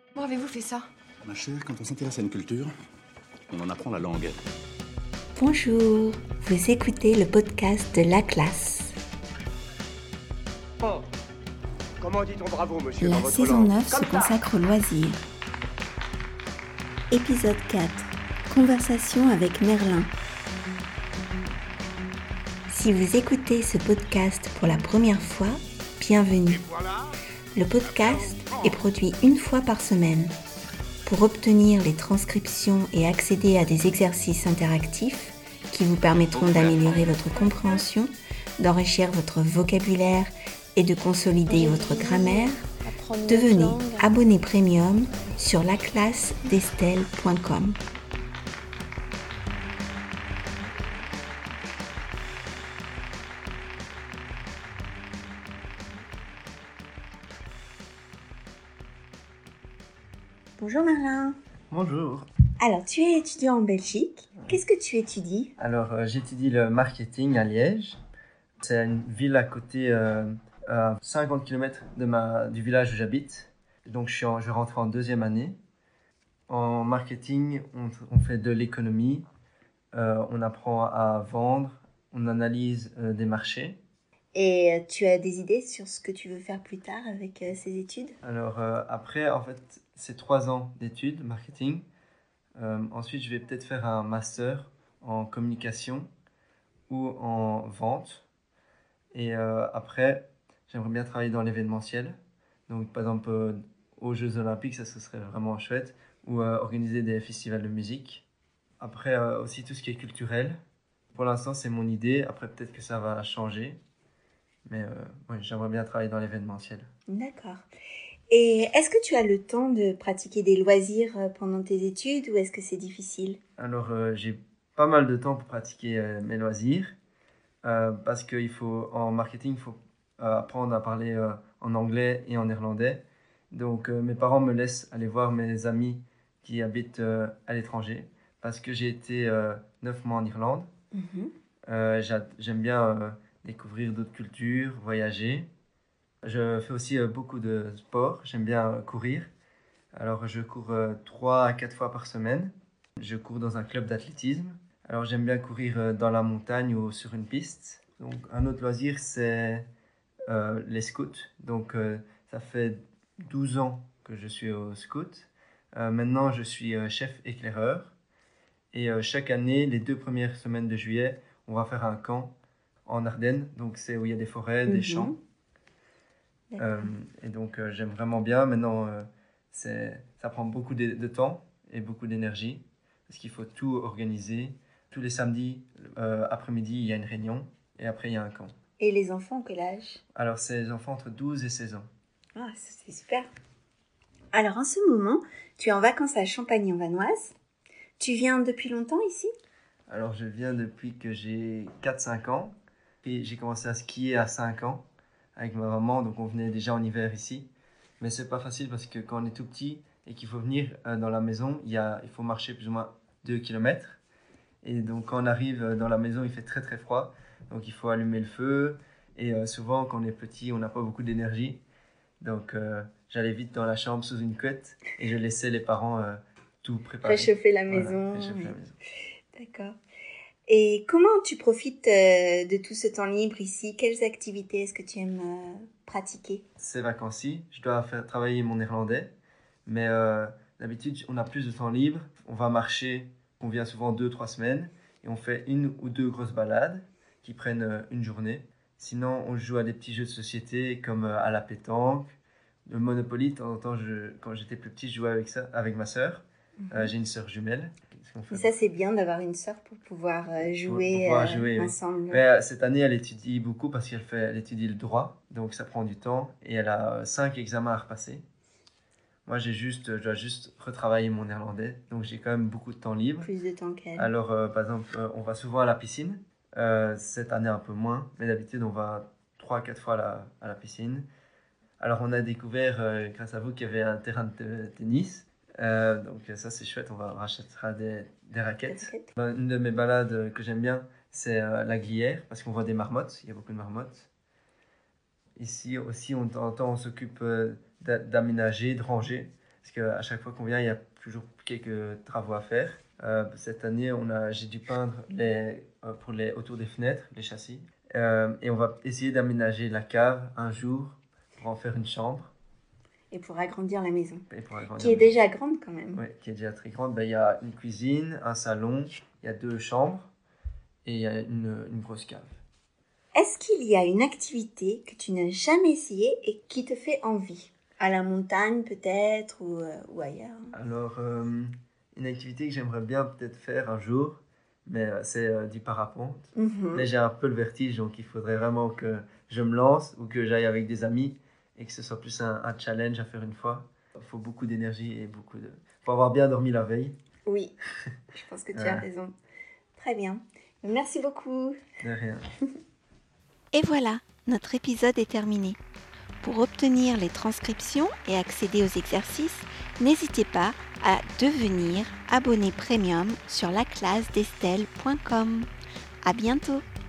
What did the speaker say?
Comment avez-vous fait ça? Ma chère, quand on s'intéresse à une culture, on en apprend la langue. Bonjour, vous écoutez le podcast de La Classe. Oh. Comment dit-on bravo, monsieur, dans La votre saison langue 9 se Comme ça. consacre aux loisirs. Épisode 4. Conversation avec Merlin. Si vous écoutez ce podcast pour la première fois, bienvenue. Le podcast est produit une fois par semaine. Pour obtenir les transcriptions et accéder à des exercices interactifs qui vous permettront d'améliorer votre compréhension, d'enrichir votre vocabulaire et de consolider votre grammaire, devenez abonné premium sur laclassedestelle.com. Bonjour Merlin. Bonjour. Alors, tu es étudiant en Belgique. Qu'est-ce que tu étudies? Alors, j'étudie le marketing à Liège. C'est une ville à côté, à 50 km du village où j'habite. Donc, je rentre en deuxième année. En marketing, on fait de l'économie. On apprend à vendre. On analyse des marchés. Et tu as des idées sur ce que tu veux faire plus tard avec ces études? Alors, après, en fait, c'est 3 ans d'études marketing. Ensuite, je vais peut-être faire un master en communication ou en vente. Et après, j'aimerais bien travailler dans l'événementiel. Donc, par exemple, aux Jeux Olympiques, ça ce serait vraiment chouette. Ou organiser des festivals de musique. Après, aussi tout ce qui est culturel. Pour l'instant, c'est mon idée. Après, peut-être que ça va changer. Mais ouais, j'aimerais bien travailler dans l'événementiel. D'accord. Et est-ce que tu as le temps de pratiquer des loisirs pendant tes études ou est-ce que c'est difficile? Alors, j'ai pas mal de temps pour pratiquer mes loisirs. Parce en marketing, il faut apprendre à parler en anglais et en néerlandais. Donc, mes parents me laissent aller voir mes amis qui habitent à l'étranger parce que j'ai été 9 mois en Irlande. J'aime bien découvrir d'autres cultures, voyager. Je fais aussi beaucoup de sport. J'aime bien courir. Alors, je cours 3 à 4 fois par semaine. Je cours dans un club d'athlétisme. Alors, j'aime bien courir dans la montagne ou sur une piste. Donc, un autre loisir, c'est les scouts. Donc, ça fait 12 ans que je suis au scout. Maintenant, je suis chef éclaireur. Et chaque année, les 2 premières semaines de juillet, on va faire un camp en Ardennes. Donc, c'est où il y a des forêts, des champs. Et donc, j'aime vraiment bien. Maintenant, ça prend beaucoup de temps et beaucoup d'énergie parce qu'il faut tout organiser. Tous les samedis après-midi, il y a une réunion et après, il y a un camp. Et les enfants, quel âge? Alors, c'est les enfants entre 12 et 16 ans. Ah, c'est super. Alors, en ce moment, tu es en vacances à Champagne-en-Vanoise. Tu viens depuis longtemps ici? Alors, je viens depuis que j'ai 4-5 ans et j'ai commencé à skier à 5 ans avec ma maman. Donc, on venait déjà en hiver ici. Mais c'est pas facile parce que quand on est tout petit et qu'il faut venir dans la maison, il faut marcher plus ou moins 2 km. Et donc, quand on arrive dans la maison, il fait très très froid. Donc, il faut allumer le feu. Et souvent, quand on est petit, on n'a pas beaucoup d'énergie. Donc, j'allais vite dans la chambre sous une couette et je laissais les parents tout préparer. Réchauffer la maison. Voilà, réchauffer la maison. D'accord. Et comment tu profites de tout ce temps libre ici? Quelles activités est-ce que tu aimes pratiquer? Ces vacances-ci, je dois travailler mon néerlandais. Mais d'habitude, on a plus de temps libre. On va marcher, on vient souvent 2-3 semaines. Et on fait 1 ou 2 grosses balades qui prennent une journée. Sinon, on joue à des petits jeux de société comme à la pétanque, le Monopoly. De temps en temps, quand j'étais plus petit, je jouais avec ça, avec ma sœur. J'ai une sœur jumelle. Et ça, c'est bien d'avoir une sœur pour pouvoir jouer, oui. ensemble. Mais, cette année, elle étudie beaucoup parce elle étudie le droit. Donc, ça prend du temps. Et elle a 5 examens à repasser. Moi, je dois juste retravailler mon néerlandais. Donc, j'ai quand même beaucoup de temps libre. Plus de temps qu'elle. Alors, par exemple, on va souvent à la piscine. Cette année, un peu moins. Mais d'habitude, on va 3-4 fois à la piscine. Alors, on a découvert, grâce à vous, qu'il y avait un terrain de tennis. Donc, ça, c'est chouette. On rachètera des raquettes. Une de mes balades que j'aime bien, c'est la Glière. Parce qu'on voit des marmottes. Il y a beaucoup de marmottes. Ici aussi, on s'occupe d'aménager, de ranger. Parce parce qu'à chaque fois qu'on vient, il y a toujours quelques travaux à faire. Cette année, j'ai dû peindre autour des fenêtres, les châssis. Et on va essayer d'aménager la cave un jour pour en faire une chambre. Et pour agrandir la maison. Qui est déjà grande quand même. Oui, qui est déjà très grande. Il y a une cuisine, un salon, il y a 2 chambres et il y a une grosse cave. Est-ce qu'il y a une activité que tu n'as jamais essayée et qui te fait envie ? À la montagne peut-être ou ailleurs ? Alors, une activité que j'aimerais bien peut-être faire un jour, mais c'est du parapente. Mais j'ai un peu le vertige, donc il faudrait vraiment que je me lance ou que j'aille avec des amis et que ce soit plus un challenge à faire une fois. Il faut beaucoup d'énergie et faut avoir bien dormi la veille. Oui, je pense que tu as raison. Très bien. Merci beaucoup. De rien. Et voilà, notre épisode est terminé. Pour obtenir les transcriptions et accéder aux exercices, n'hésitez pas à devenir abonné premium sur laclassedestelle.com. À bientôt.